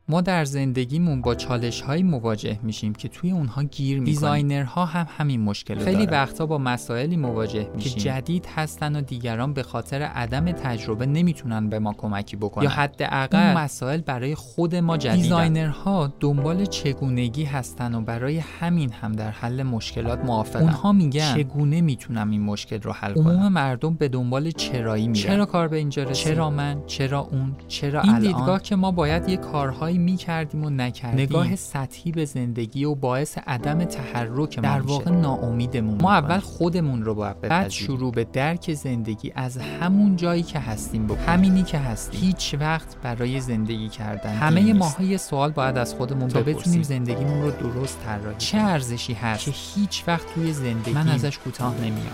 ما در زندگیمون با چالش‌هایی مواجه میشیم که توی اونها گیر می‌کنیم. دیزاینرها هم همین مشکل رو دارن. خیلی وقتا با مسائلی مواجه میشیم که جدید هستن و دیگران به خاطر عدم تجربه نمیتونن به ما کمکی بکنن، یا حداقل اون مسائل برای خود ما جدیدن. دیزاینرها دنبال چگونگی هستن و برای همین هم در حل مشکلات موافقن. اونها میگن چگونه میتونم این مشکل رو حل کنم. عموم مردم به دنبال چرایی میرن. چرا کار به اینجا رسید؟ چرا من؟ چرا اون؟ چرا این الان؟ این دیدگاه که ما باید یه کارهایی میکردیم و نکردیم، نگاه سطحی به زندگی و باعث عدم تحرک ما در واقع ناامیدمون. ما اول خودمون رو باید بپذیریم، بعد شروع به درک زندگی از همون جایی که هستیم بکنیم. همینی که هستیم. هیچ وقت برای زندگی کردن همه ماها یه سوال باید از خودمون بپرسیم تا بتونیم زندگیمون رو درست طراحی کنیم. چه ارزشی هست که هیچ وقت توی زندگی من ازش کوتاه نمیام؟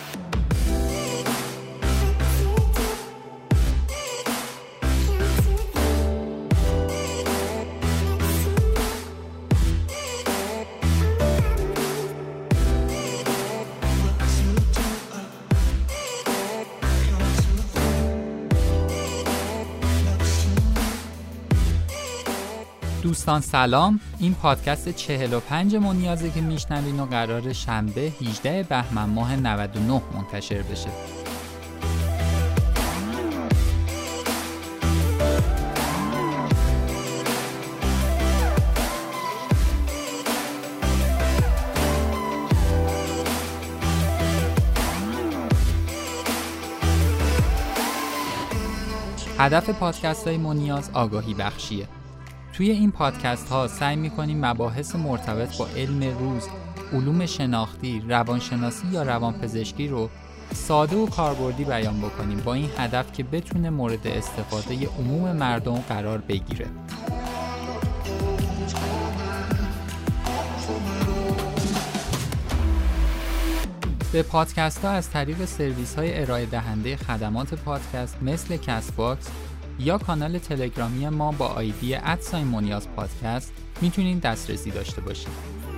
دوستان سلام، این پادکست 45 مونیازه که میشنوین و قرار شنبه 18 بهمن ماه 99 منتشر بشه. هدف پادکست های مونیاز آگاهی بخشیه. توی این پادکست ها سعی می‌کنیم مباحث مرتبط با علم روز، علوم شناختی، روانشناسی یا روانپزشکی رو ساده و کاربردی بیان بکنیم با این هدف که بتونه مورد استفاده عموم مردم قرار بگیره. به پادکست ها از طریق سرویس های ارائه دهنده خدمات پادکست مثل کست باکس یا کانال تلگرامی ما با آیدی @مونیاز پادکست میتونین دسترسی داشته باشید.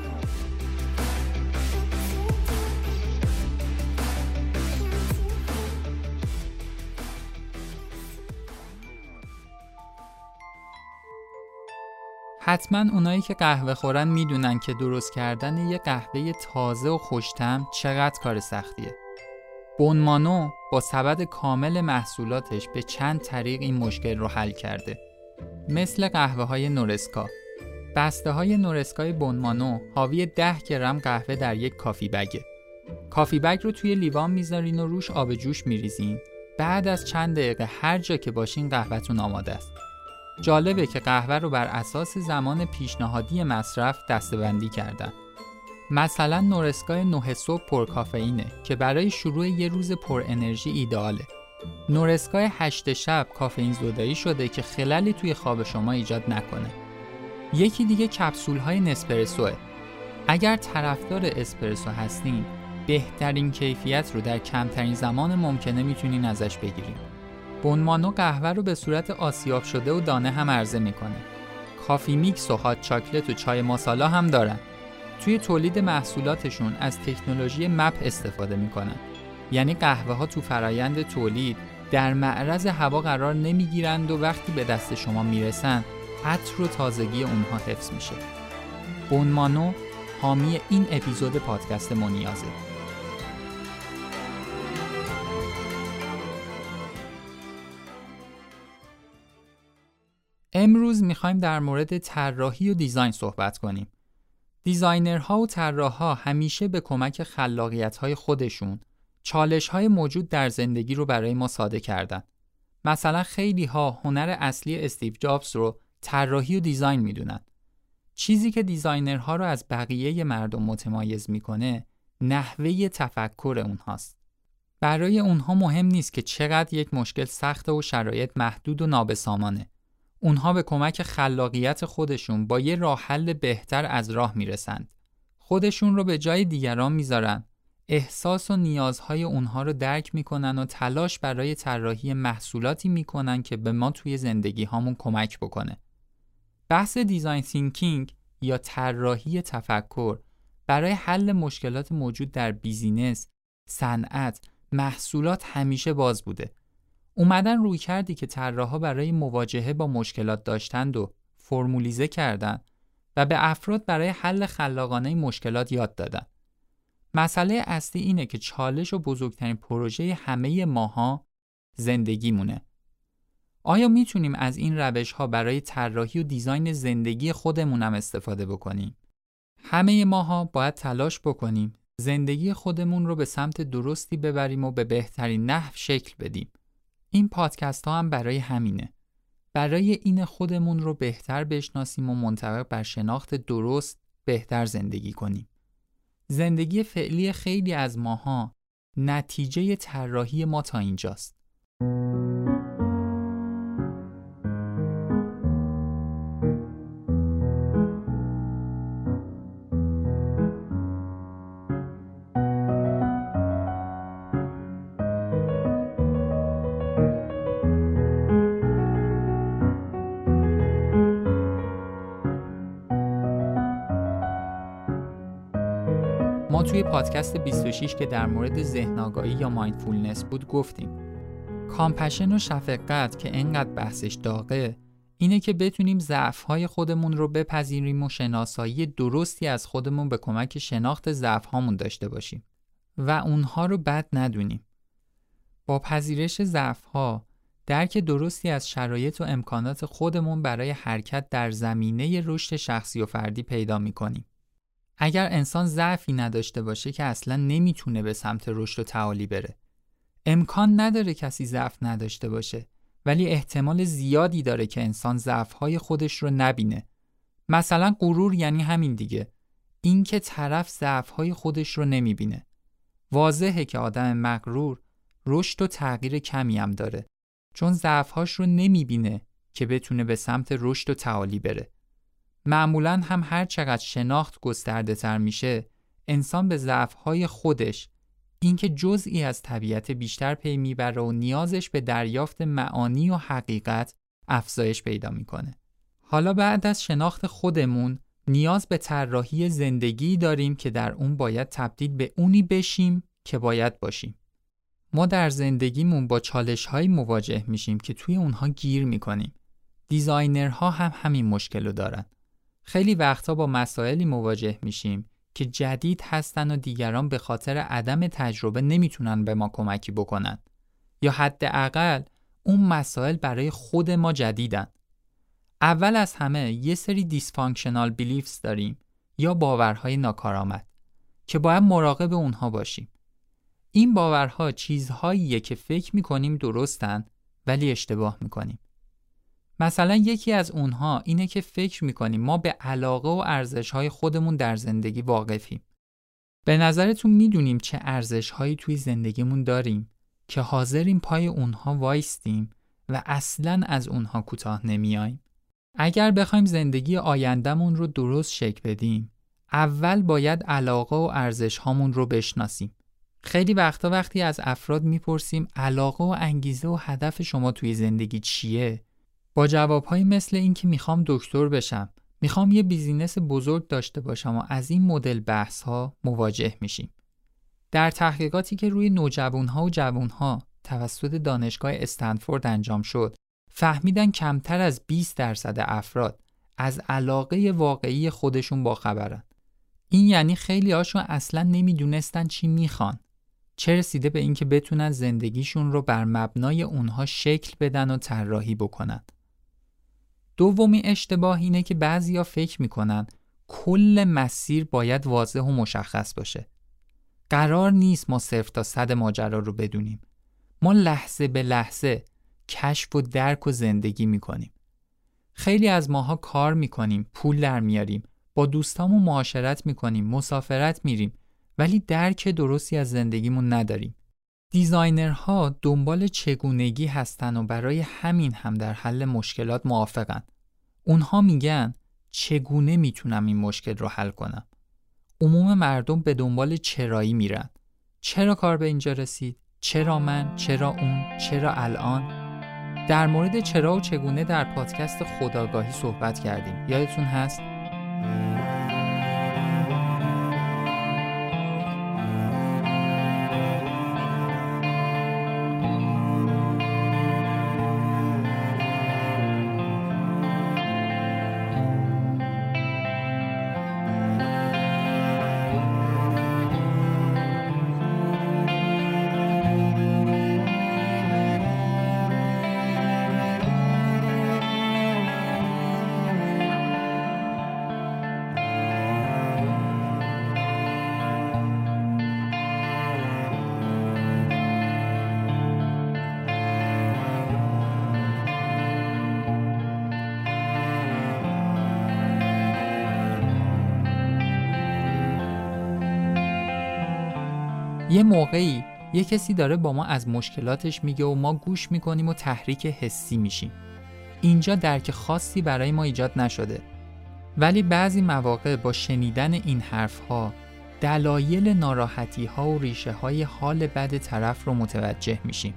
حتما اونایی که قهوه خورن میدونن که درست کردن یه قهوه تازه و خوش‌طعم چقدر کار سختیه. بونمانو با سبد کامل محصولاتش به چند طریق این مشکل رو حل کرده. مثل قهوه های نورسکا. بسته های نورسکای بونمانو حاوی 10 گرم قهوه در یک کافی بگه. کافی بگ رو توی لیوان میذارین و روش آب جوش میریزین. بعد از چند دقیقه هر جا که باشین قهوه‌تون آماده است. جالبه که قهوه رو بر اساس زمان پیشنهادی مصرف دسته‌بندی کردن. مثلا نورسکای 9 صبح پر کافئینه که برای شروع یه روز پر انرژی ایدئاله. نورسکای 8 شب کافئین زدایی شده که خللی توی خواب شما ایجاد نکنه. یکی دیگه کپسول های نسپرسوه. اگر طرفدار اسپرسو هستین، بهترین کیفیت رو در کمترین زمان ممکنه میتونین ازش بگیرین. بونمانو قهوه رو به صورت آسیاب شده و دانه هم عرضه میکنه. کافی میکس و هات چاکلت و چای ماسالا هم دارن. توی تولید محصولاتشون از تکنولوژی مپ استفاده میکنن. یعنی قهوه ها تو فرایند تولید در معرض هوا قرار نمیگیرند و وقتی به دست شما میرسن عطر و تازگی اونها حفظ میشه. بونمانو حامی این اپیزود پادکست مونیازه. امروز میخوایم در مورد طراحی و دیزاین صحبت کنیم. دیزاینرها و طراحها همیشه به کمک خلاقیت‌های خودشون چالش‌های موجود در زندگی رو برای ما ساده کردن. مثلا خیلی‌ها هنر اصلی استیو جابز رو طراحی و دیزاین میدونن. چیزی که دیزاینرها رو از بقیه مردم متمایز میکنه نحوه تفکر اونهاست. برای اونها مهم نیست که چقدر یک مشکل سخته و شرایط محدود و نابسامانه. اونها به کمک خلاقیت خودشون با یه راه حل بهتر از راه میرسند. خودشون رو به جای دیگران میذارن، احساس و نیازهای اونها رو درک میکنن و تلاش برای طراحی محصولاتی میکنن که به ما توی زندگی هامون کمک بکنه. بحث دیزاین تینکینگ یا طراحی تفکر برای حل مشکلات موجود در بیزینس، صنعت، محصولات همیشه باز بوده. اومدن روی کردی که طراحا برای مواجهه با مشکلات داشتند و فرمولیزه کردن و به افراد برای حل خلاقانه مشکلات یاد دادن. مسئله اصلی اینه که چالش و بزرگترین پروژه همه ماها زندگیمونه. آیا میتونیم از این روش‌ها برای طراحی و دیزاین زندگی خودمون هم استفاده بکنیم؟ همه ماها باید تلاش بکنیم زندگی خودمون رو به سمت درستی ببریم و به بهترین نحو شکل بدیم. این پادکست ها هم برای همینه. برای این خودمون رو بهتر بشناسیم و منطبق بر شناخت درست بهتر زندگی کنیم. زندگی فعلی خیلی از ماها نتیجه طراحی ما تا اینجاست. ما توی پادکست 26 که در مورد ذهن آگاهی یا مایندفولنس بود گفتیم کامپشن و شفقت که انقدر بحثش داغه اینه که بتونیم ضعف‌های خودمون رو بپذیریم و شناسایی درستی از خودمون به کمک شناخت ضعف‌هامون داشته باشیم و اونها رو بد ندونیم. با پذیرش ضعف‌ها درک درستی از شرایط و امکانات خودمون برای حرکت در زمینه رشد شخصی و فردی پیدا می‌کنیم. اگر انسان ضعفی نداشته باشه که اصلا نمیتونه به سمت رشد و تعالی بره. امکان نداره کسی ضعف نداشته باشه، ولی احتمال زیادی داره که انسان ضعف‌های خودش رو نبینه. مثلا غرور یعنی همین دیگه. این که طرف ضعف‌های خودش رو نمیبینه. واضحه که آدم مغرور رشد و تغییر کمی هم داره، چون ضعف‌هاش رو نمیبینه که بتونه به سمت رشد و تعالی بره. معمولاً هم هر چقدر شناخت گسترده تر میشه، انسان به ضعف‌های خودش، اینکه جزئی از طبیعت بیشتر پی میبره و نیازش به دریافت معانی و حقیقت افزایش پیدا میکنه. حالا بعد از شناخت خودمون، نیاز به طراحی زندگی داریم که در اون باید تبدیل به اونی بشیم که باید باشیم. ما در زندگیمون با چالش‌هایی مواجه میشیم که توی اونها گیر میکنیم. دیزاینرها هم همین مشکلو دارن. خیلی وقتا با مسائلی مواجه میشیم که جدید هستن و دیگران به خاطر عدم تجربه نمیتونن به ما کمکی بکنن یا حداقل اون مسائل برای خود ما جدیدن. اول از همه یه سری دیسفانکشنال بیلیفز داریم یا باورهای ناکارآمد که باید مراقب اونها باشیم. این باورها چیزهاییه که فکر میکنیم درستن ولی اشتباه میکنیم. مثلا یکی از اونها اینه که فکر میکنیم ما به علاقه و ارزش‌های خودمون در زندگی واقفیم. به نظرتون میدونیم چه ارزش‌هایی توی زندگیمون داریم که حاضریم پای اونها وایستیم و اصلاً از اونها کوتاه نمیایم؟ اگر بخوایم زندگی آینده‌مون رو درست شکل بدیم، اول باید علاقه و ارزش‌هامون رو بشناسیم. خیلی وقتی از افراد میپرسیم علاقه و انگیزه و هدف شما توی زندگی چیه؟ با جوابهایی مثل این که میخوام دکتر بشم، میخوام یه بیزینس بزرگ داشته باشم و از این مدل بحث‌ها مواجه میشیم. در تحقیقاتی که روی نوجوان‌ها و جوان‌ها توسط دانشگاه استنفورد انجام شد، فهمیدن کمتر از 20% افراد از علاقه واقعی خودشون باخبرن. این یعنی خیلی هاشون اصلاً نمیدونستن چی میخوان. چه رسیده به این که بتونن زندگیشون رو بر مبنای اونها شکل بدن و طراحی بکنن. دومی اشتباه اینه که بعضیا فکر میکنن کل مسیر باید واضح و مشخص باشه. قرار نیست ما 0 تا 100 ماجرا رو بدونیم. ما لحظه به لحظه کشف و درک و زندگی میکنیم. خیلی از ماها کار میکنیم، پول در میاریم، با دوستامون معاشرت میکنیم، مسافرت میریم، ولی درک درستی از زندگیمون نداریم. دیزاینرها دنبال چگونگی هستن و برای همین هم در حل مشکلات موافقن. اونها میگن چگونه میتونم این مشکل رو حل کنم؟ عموم مردم به دنبال چرایی میرن. چرا کار به اینجا رسید؟ چرا من؟ چرا اون؟ چرا الان؟ در مورد چرا و چگونه در پادکست خودآگاهی صحبت کردیم. یادتون هست؟ یه موقعی یه کسی داره با ما از مشکلاتش میگه و ما گوش میکنیم و تحریک حسی میشیم. اینجا درک خاصی برای ما ایجاد نشده. ولی بعضی مواقع با شنیدن این حرفها دلایل ناراحتی‌ها و ریشه‌های حال بد طرف رو متوجه میشیم.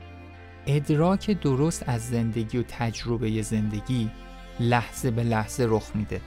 ادراک درست از زندگی و تجربه زندگی لحظه به لحظه رخ میده.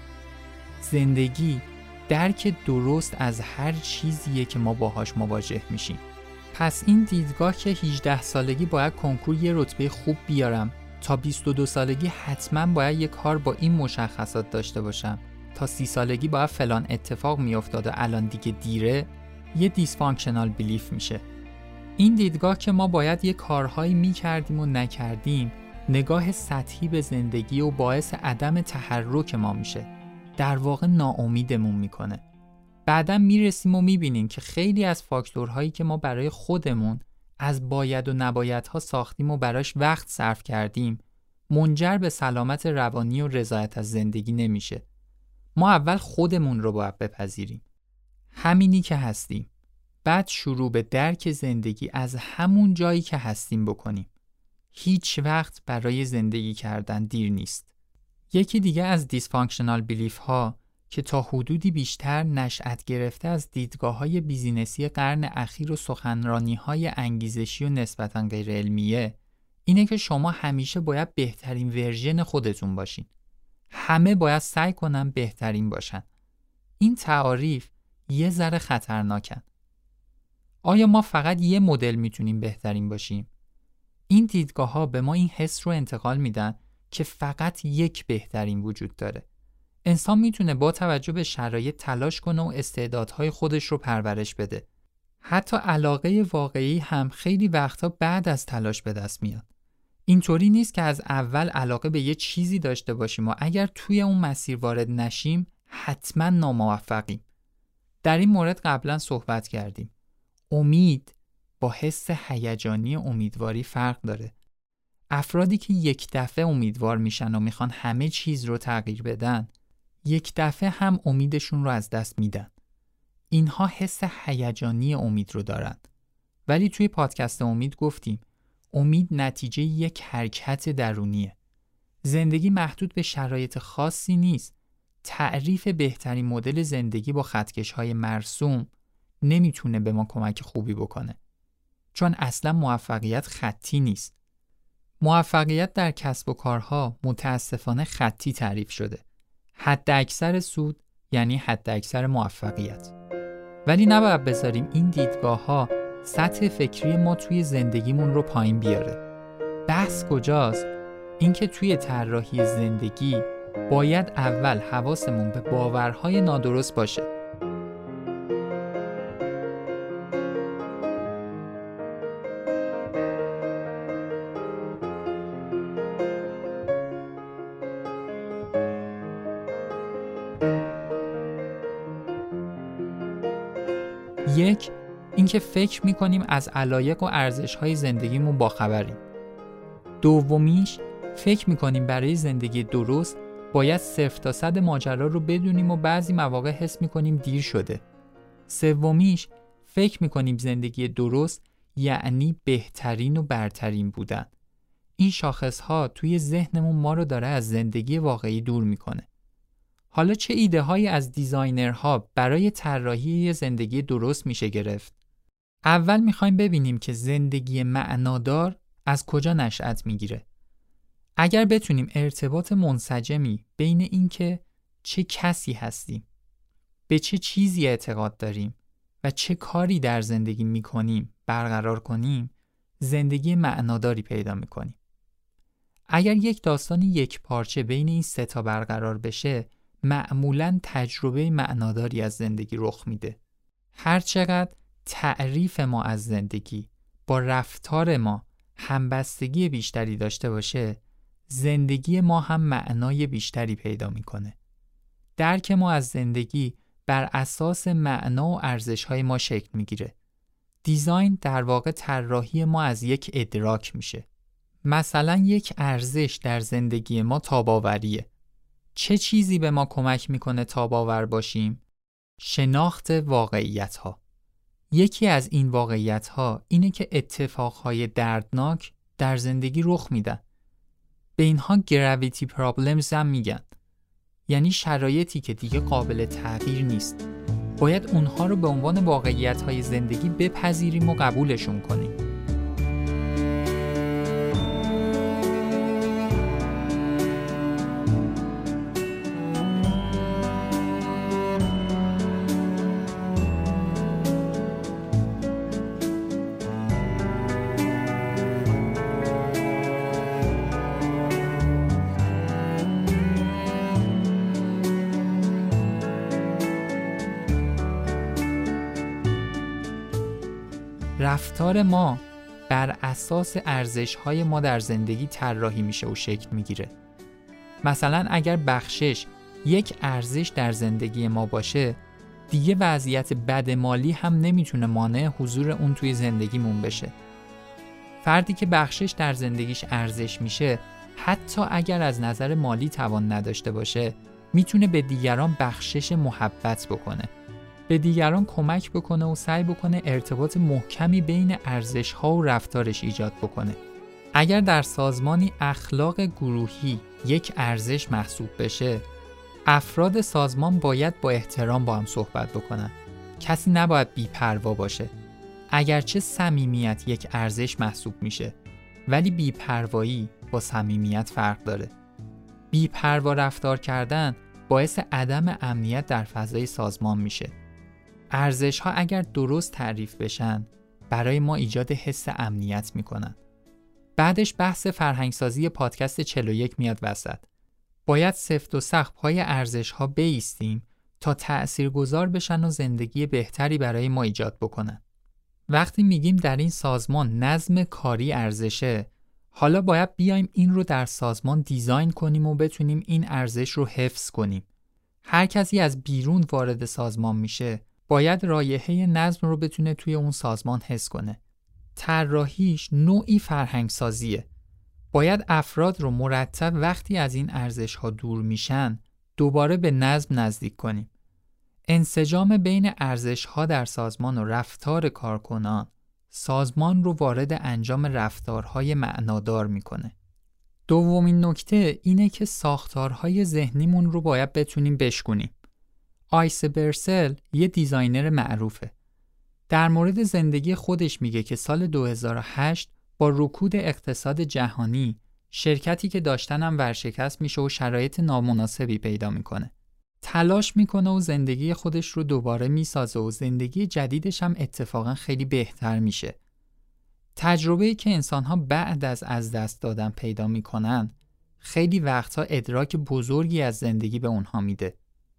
زندگی درک درست از هر چیزیه که ما باهاش مواجه میشیم. پس این دیدگاه که 18 سالگی باید کنکور یه رتبه خوب بیارم، تا 22 سالگی حتما باید یه کار با این مشخصات داشته باشم، تا 30 سالگی باید فلان اتفاق میافتاد و الان دیگه دیره، یه دیسفانکشنال بیلیف میشه. این دیدگاه که ما باید یه کارهایی میکردیم و نکردیم، نگاه سطحی به زندگی و باعث عدم تحرک ما میشه. در واقع ناامیدمون میکنه. بعداً میرسیم و میبینیم که خیلی از فاکتورهایی که ما برای خودمون از باید و نبایدها ساختیم و براش وقت صرف کردیم، منجر به سلامت روانی و رضایت از زندگی نمیشه. ما اول خودمون رو باید بپذیریم. همینی که هستیم. بعد شروع به درک زندگی از همون جایی که هستیم بکنیم. هیچ وقت برای زندگی کردن دیر نیست. یکی دیگه از دیسفانکشنال بیلیف ها که تا حدودی بیشتر نشأت گرفته از دیدگاه‌های بیزینسی قرن اخیر و سخنرانی‌های انگیزشی و نسبتاً غیر علمیه، اینه که شما همیشه باید بهترین ورژن خودتون باشین. همه باید سعی کنن بهترین باشن. این تعاریف یه ذره خطرناکن. آیا ما فقط یه مدل میتونیم بهترین باشیم؟ این دیدگاه‌ها به ما این حس رو انتقال میدن که فقط یک بهترین وجود داره. انسان میتونه با توجه به شرایط تلاش کنه و استعدادهای خودش رو پرورش بده. حتی علاقه واقعی هم خیلی وقتا بعد از تلاش به دست میاد. اینطوری نیست که از اول علاقه به یه چیزی داشته باشیم و اگر توی اون مسیر وارد نشیم حتما ناموفقیم. در این مورد قبلا صحبت کردیم. امید با حس هیجانی امیدواری فرق داره. افرادی که یک دفعه امیدوار میشن و میخوان همه چیز رو تغییر بدن، یک دفعه هم امیدشون رو از دست میدن. اینها حس هیجانی امید رو دارن. ولی توی پادکست امید گفتیم امید نتیجه یک حرکت درونیه. زندگی محدود به شرایط خاصی نیست. تعریف بهترین مدل زندگی با خطکش‌های مرسوم نمیتونه به ما کمک خوبی بکنه. چون اصلا موفقیت خطی نیست. موفقیت در کسب و کارها متاسفانه خطی تعریف شده. حد اکثر سود یعنی حد اکثر موفقیت. ولی نباید بذاریم این دیدگاه‌ها سطح فکری ما توی زندگیمون رو پایین بیاره. بحث کجاست؟ اینکه توی طراحی زندگی باید اول حواسمون به باورهای نادرست باشه. یک، اینکه فکر می‌کنیم از علایق و ارزش‌های زندگیمون باخبریم. دومیش، فکر می‌کنیم برای زندگی درست باید 0 تا 100 ماجرا رو بدونیم و بعضی مواقع حس می‌کنیم دیر شده. سومیش، فکر می‌کنیم زندگی درست یعنی بهترین و برترین بودن. این شاخص‌ها توی ذهنمون ما رو داره از زندگی واقعی دور می‌کنه. حالا چه ایده هایی از دیزاینرها برای طراحی یه زندگی درست میشه گرفت؟ اول میخوایم ببینیم که زندگی معنادار از کجا نشأت میگیره. اگر بتونیم ارتباط منسجمی بین این که چه کسی هستیم، به چه چیزی اعتقاد داریم و چه کاری در زندگی میکنیم برقرار کنیم، زندگی معناداری پیدا میکنیم. اگر یک داستان یک پارچه بین این سه تا برقرار بشه، معمولاً تجربه معناداری از زندگی رخ میده. هر چقدر تعریف ما از زندگی با رفتار ما همبستگی بیشتری داشته باشه، زندگی ما هم معنای بیشتری پیدا میکنه. درک ما از زندگی بر اساس معنا و ارزش‌های ما شکل میگیره. دیزاین در واقع طراحی ما از یک ادراک میشه. مثلا یک ارزش در زندگی ما تاب‌آوریه. چه چیزی به ما کمک میکنه تاب‌آور باشیم؟ شناخت واقعیت‌ها. یکی از این واقعیت‌ها اینه که اتفاقهای دردناک در زندگی رخ میدن. به اینها گراویتی پرابلمز هم میگن. یعنی شرایطی که دیگه قابل تغییر نیست. باید اونها رو به عنوان واقعیت‌های زندگی بپذیریم و قبولشون کنیم. رفتار ما بر اساس ارزش‌های ما در زندگی طراحی میشه و شکل میگیره. مثلا اگر بخشش یک ارزش در زندگی ما باشه، دیگه وضعیت بد مالی هم نمیتونه مانع حضور اون توی زندگیمون بشه. فردی که بخشش در زندگیش ارزش میشه، حتی اگر از نظر مالی توان نداشته باشه، میتونه به دیگران بخشش محبت بکنه. به دیگران کمک بکنه و سعی بکنه ارتباط محکمی بین ارزش‌ها و رفتارش ایجاد بکنه. اگر در سازمانی اخلاق گروهی یک ارزش محسوب بشه، افراد سازمان باید با احترام با هم صحبت بکنن. کسی نباید بی‌پروا باشه. اگرچه صمیمیت یک ارزش محسوب میشه، ولی بی‌پروایی با صمیمیت فرق داره. بی‌پروا رفتار کردن باعث عدم امنیت در فضای سازمان میشه. ارزش‌ها اگر درست تعریف بشن، برای ما ایجاد حس امنیت میکنن. بعدش بحث فرهنگسازی پادکست 41 میاد وسط. باید سفت و سخت پای ارزش‌ها بایستیم تا تأثیرگذار بشن و زندگی بهتری برای ما ایجاد بکنن. وقتی میگیم در این سازمان نظم کاری ارزشه، حالا باید بیایم این رو در سازمان دیزاین کنیم و بتونیم این ارزش رو حفظ کنیم. هر کسی از بیرون وارد سازمان میشه، باید رایحه نظم رو بتونه توی اون سازمان حس کنه. طراحیش نوعی فرهنگسازیه. باید افراد رو مرتب وقتی از این ارزش‌ها دور میشن، دوباره به نظم نزدیک کنیم. انسجام بین ارزش‌ها در سازمان و رفتار کارکنان، سازمان رو وارد انجام رفتارهای معنادار میکنه. دومین نکته اینه که ساختارهای ذهنیمون رو باید بتونیم بشکنیم. آیس برسل یه دیزاینر معروفه. در مورد زندگی خودش میگه که سال 2008 با رکود اقتصاد جهانی، شرکتی که داشتن هم ورشکست میشه و شرایط نامناسبی پیدا میکنه. تلاش میکنه و زندگی خودش رو دوباره میسازه و زندگی جدیدش هم اتفاقا خیلی بهتر میشه. تجربه‌ای که انسان‌ها بعد از دست دادن پیدا میکنن، خیلی وقتها ادراک بزرگی از زندگی به اونها میده.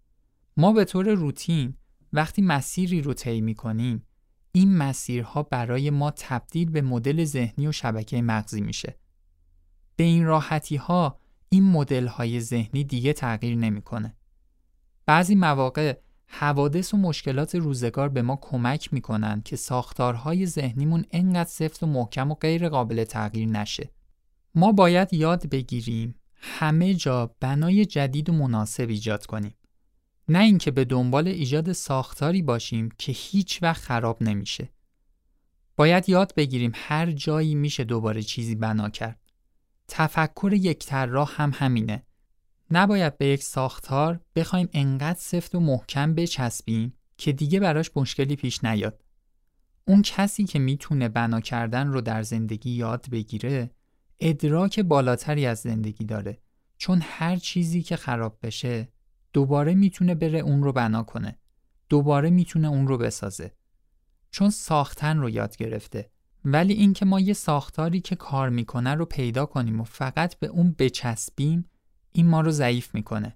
ما به طور روتین وقتی مسیری رو طی می‌کنیم، این مسیرها برای ما تبدیل به مدل ذهنی و شبکه مغزی میشه. به این راحتی‌ها این مدل‌های ذهنی دیگه تغییر نمی‌کنه. بعضی مواقع حوادث و مشکلات روزگار به ما کمک می‌کنن که ساختارهای ذهنیمون انقدر سفت و محکم و غیر قابل تغییر نشه. ما باید یاد بگیریم همه جا بنای جدید و مناسب ایجاد کنیم. نه اینکه به دنبال ایجاد ساختاری باشیم که هیچ وقت خراب نمیشه. باید یاد بگیریم هر جایی میشه دوباره چیزی بنا کرد. تفکر یک طراح هم همینه. نباید به یک ساختار بخوایم انقدر سفت و محکم بچسبیم که دیگه براش مشکلی پیش نیاد. اون کسی که میتونه بنا کردن رو در زندگی یاد بگیره، ادراک بالاتری از زندگی داره. چون هر چیزی که خراب بشه، دوباره میتونه بره اون رو بنا کنه. دوباره میتونه اون رو بسازه. چون ساختن رو یاد گرفته. ولی این که ما یه ساختاری که کار میکنه رو پیدا کنیم و فقط به اون بچسبیم، این ما رو ضعیف میکنه.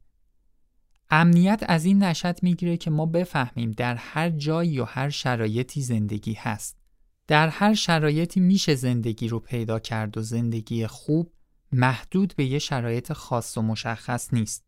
امنیت از این نشأت میگیره که ما بفهمیم در هر جایی و هر شرایطی زندگی هست. در هر شرایطی میشه زندگی رو پیدا کرد و زندگی خوب محدود به یه شرایط خاص و مشخص نیست.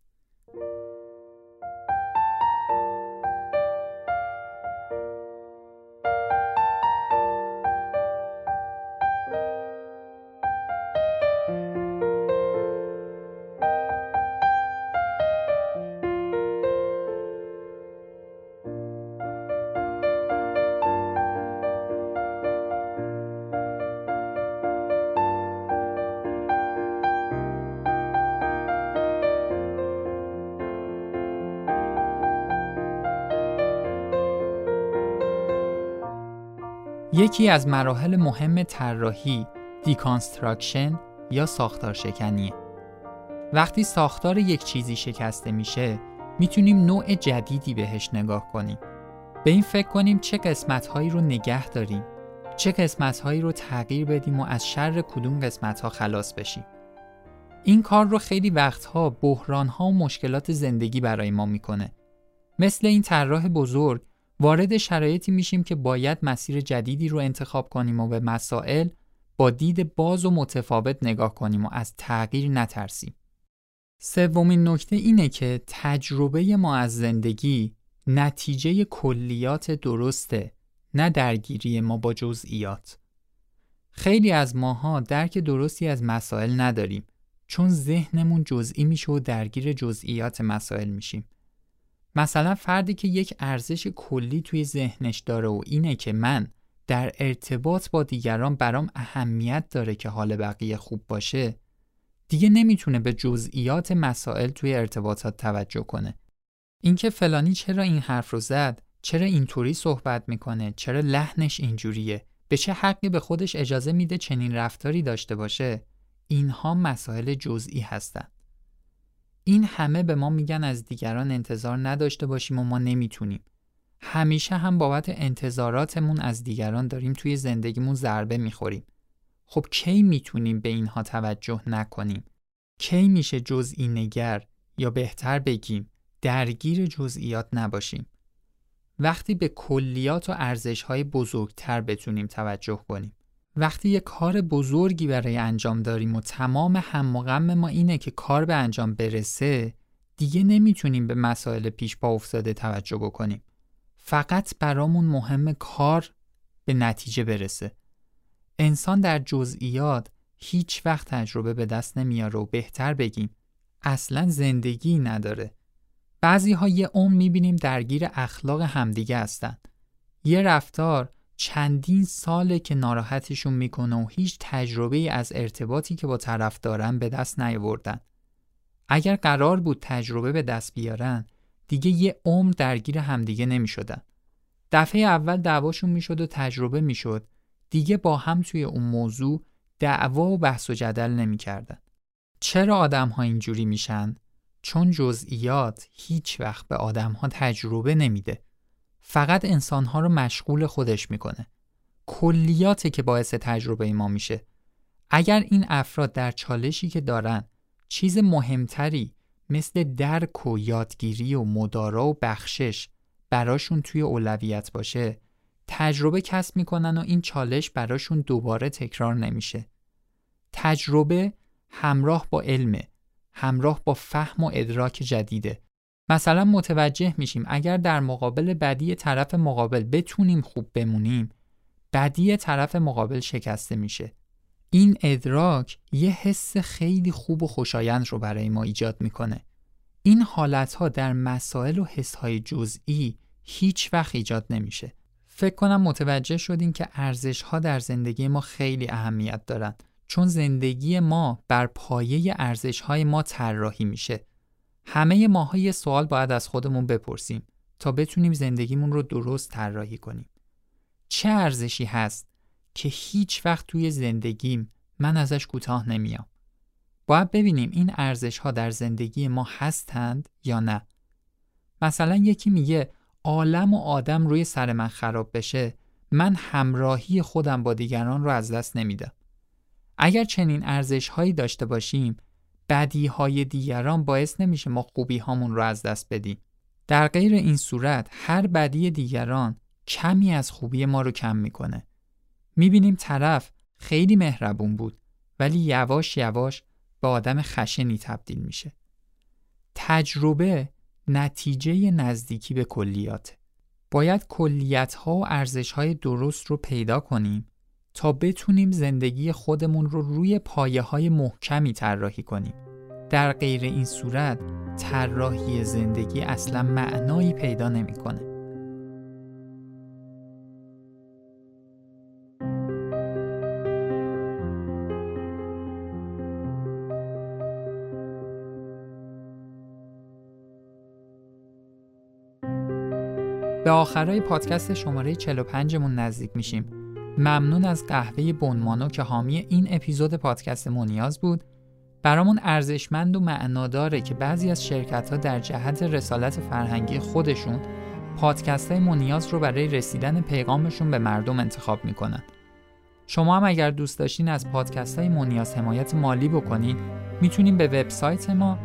یکی از مراحل مهم طراحی دیکانستراکشن یا ساختار شکنیه. وقتی ساختار یک چیزی شکسته میشه، میتونیم نوع جدیدی بهش نگاه کنیم. به این فکر کنیم چه قسمت‌هایی رو نگه داریم، چه قسمت‌هایی رو تغییر بدیم و از شر کدوم قسمت‌ها خلاص بشیم. این کار رو خیلی وقتها بحران‌ها و مشکلات زندگی برای ما میکنه. مثل این طراح بزرگ وارد شرایطی میشیم که باید مسیر جدیدی رو انتخاب کنیم و به مسائل با دید باز و متفاوت نگاه کنیم و از تغییر نترسیم. سومین نکته اینه که تجربه ما از زندگی نتیجه کلیات درسته، نه درگیری ما با جزئیات. خیلی از ماها درک درستی از مسائل نداریم، چون ذهنمون جزئی میشه و درگیر جزئیات مسائل میشیم. مثلا فردی که یک ارزش کلی توی ذهنش داره و اینه که من در ارتباط با دیگران برام اهمیت داره که حال بقیه خوب باشه، دیگه نمیتونه به جزئیات مسائل توی ارتباطات توجه کنه. اینکه فلانی چرا این حرف رو زد، چرا اینطوری صحبت میکنه، چرا لحنش اینجوریه، به چه حقی به خودش اجازه میده چنین رفتاری داشته باشه، اینها مسائل جزئی هستن. این همه به ما میگن از دیگران انتظار نداشته باشیم و ما نمیتونیم. همیشه هم بابت انتظاراتمون از دیگران داریم توی زندگیمون ضربه میخوریم. خب کی میتونیم به اینها توجه نکنیم؟ کی میشه جزئی نگر، یا بهتر بگیم درگیر جزئیات نباشیم؟ وقتی به کلیات و ارزش‌های بزرگتر بتونیم توجه کنیم. وقتی یک کار بزرگی برای انجام داریم و تمام هم و غم ما اینه که کار به انجام برسه، دیگه نمیتونیم به مسائل پیش پا افتاده توجه بکنیم. فقط برامون مهم کار به نتیجه برسه. انسان در جزئیات هیچ وقت تجربه به دست نمیاره و بهتر بگیم اصلاً زندگی نداره. بعضی ها یه عمر میبینیم درگیر اخلاق همدیگه هستن. یه رفتار چندین ساله که ناراحتشون میکنه و هیچ تجربه‌ای از ارتباطی که با طرف دارن به دست نیاوردن. اگر قرار بود تجربه به دست بیارن، دیگه یه عمر درگیر همدیگه نمیشدن. دفعه اول دعواشون میشد و تجربه میشد، دیگه با هم توی اون موضوع دعوا و بحث و جدل نمیکردن. چرا آدم‌ها اینجوری میشن؟ چون جزئیات هیچ وقت به آدم‌ها تجربه نمیده. فقط انسان‌ها رو مشغول خودش میکنه. کلیاته که باعث تجربه ما میشه. اگر این افراد در چالشی که دارن چیز مهمتری مثل درک و یادگیری و مدارا و بخشش براشون توی اولویت باشه، تجربه کسب میکنن و این چالش براشون دوباره تکرار نمیشه. تجربه همراه با علمه، همراه با فهم و ادراک جدیده. مثلا متوجه میشیم اگر در مقابل بدی طرف مقابل بتونیم خوب بمونیم، بدی طرف مقابل شکسته میشه. این ادراک یه حس خیلی خوب و خوشایند رو برای ما ایجاد میکنه. این حالتها در مسائل و حسهای جزئی هیچ وقت ایجاد نمیشه. فکر کنم متوجه شدین که ارزش‌ها در زندگی ما خیلی اهمیت دارن، چون زندگی ما بر پایه ارزش‌های ما طراحی میشه. همه ماها یه سوال باید از خودمون بپرسیم تا بتونیم زندگیمون رو درست طراحی کنیم. چه ارزشی هست که هیچ وقت توی زندگیم من ازش کوتاه نمیام؟ باید ببینیم این ارزش‌ها در زندگی ما هستند یا نه. مثلا یکی میگه عالم و آدم روی سر من خراب بشه، من همراهی خودم با دیگران رو از دست نمیدم. اگر چنین ارزش‌هایی داشته باشیم، بدیهای دیگران باعث نمیشه ما خوبی‌هامون رو از دست بدیم. در غیر این صورت هر بدی دیگران کمی از خوبی ما رو کم میکنه. میبینیم طرف خیلی مهربون بود ولی یواش یواش به آدم خشنی تبدیل میشه. تجربه نتیجه نزدیکی به کلیاته. باید کلیت‌ها و ارزش‌های درست رو پیدا کنیم تا بتونیم زندگی خودمون رو روی پایه‌های محکمی طراحی کنیم. در غیر این صورت طراحی زندگی اصلا معنایی پیدا نمی‌کنه. به آخرای پادکست شماره 45 مون نزدیک میشیم. ممنون از قهوه بونمانو که حامی این اپیزود پادکست مونیاز بود. برامون ارزشمند و معناداره که بعضی از شرکت‌ها در جهت رسالت فرهنگی خودشون پادکست‌های مونیاز رو برای رسیدن پیغامشون به مردم انتخاب میکنن. شما هم اگر دوست داشتین از پادکست‌های مونیاز حمایت مالی بکنین، میتونین به وبسایت ما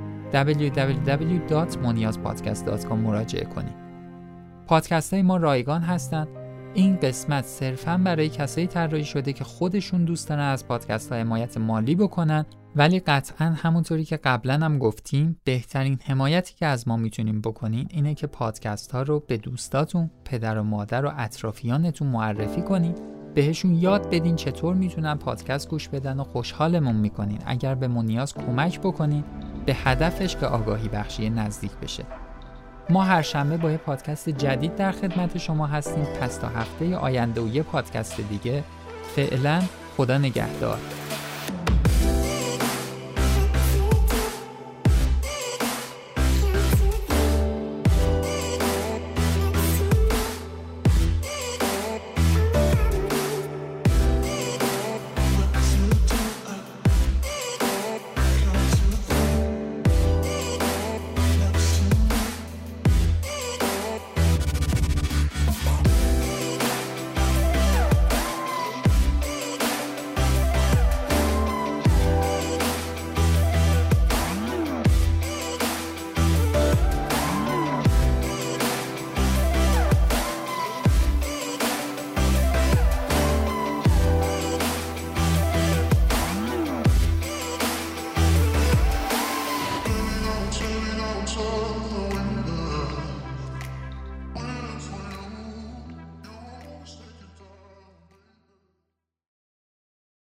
www.moniazpodcast.com مراجعه کنین. پادکست‌های ما رایگان هستن. این قسمت صرفاً برای کسایی طراحی شده که خودشون دوست دارن از پادکست‌ها حمایت مالی بکنن، ولی قطعاً همونطوری که قبلاً هم گفتیم بهترین حمایتی که از ما میتونیم بکنین اینه که پادکست‌ها رو به دوستاتون، پدر و مادر و اطرافیانتون معرفی کنین، بهشون یاد بدین چطور میتونن پادکست گوش بدن و خوشحالمون میکنین اگر به مونیاز کمک بکنین به هدفش که آگاهی بخشی نزدیک بشه. ما هر شنبه با یه پادکست جدید در خدمت شما هستیم. پس تا هفته آینده و یه پادکست دیگه، فعلا خدا نگهدار.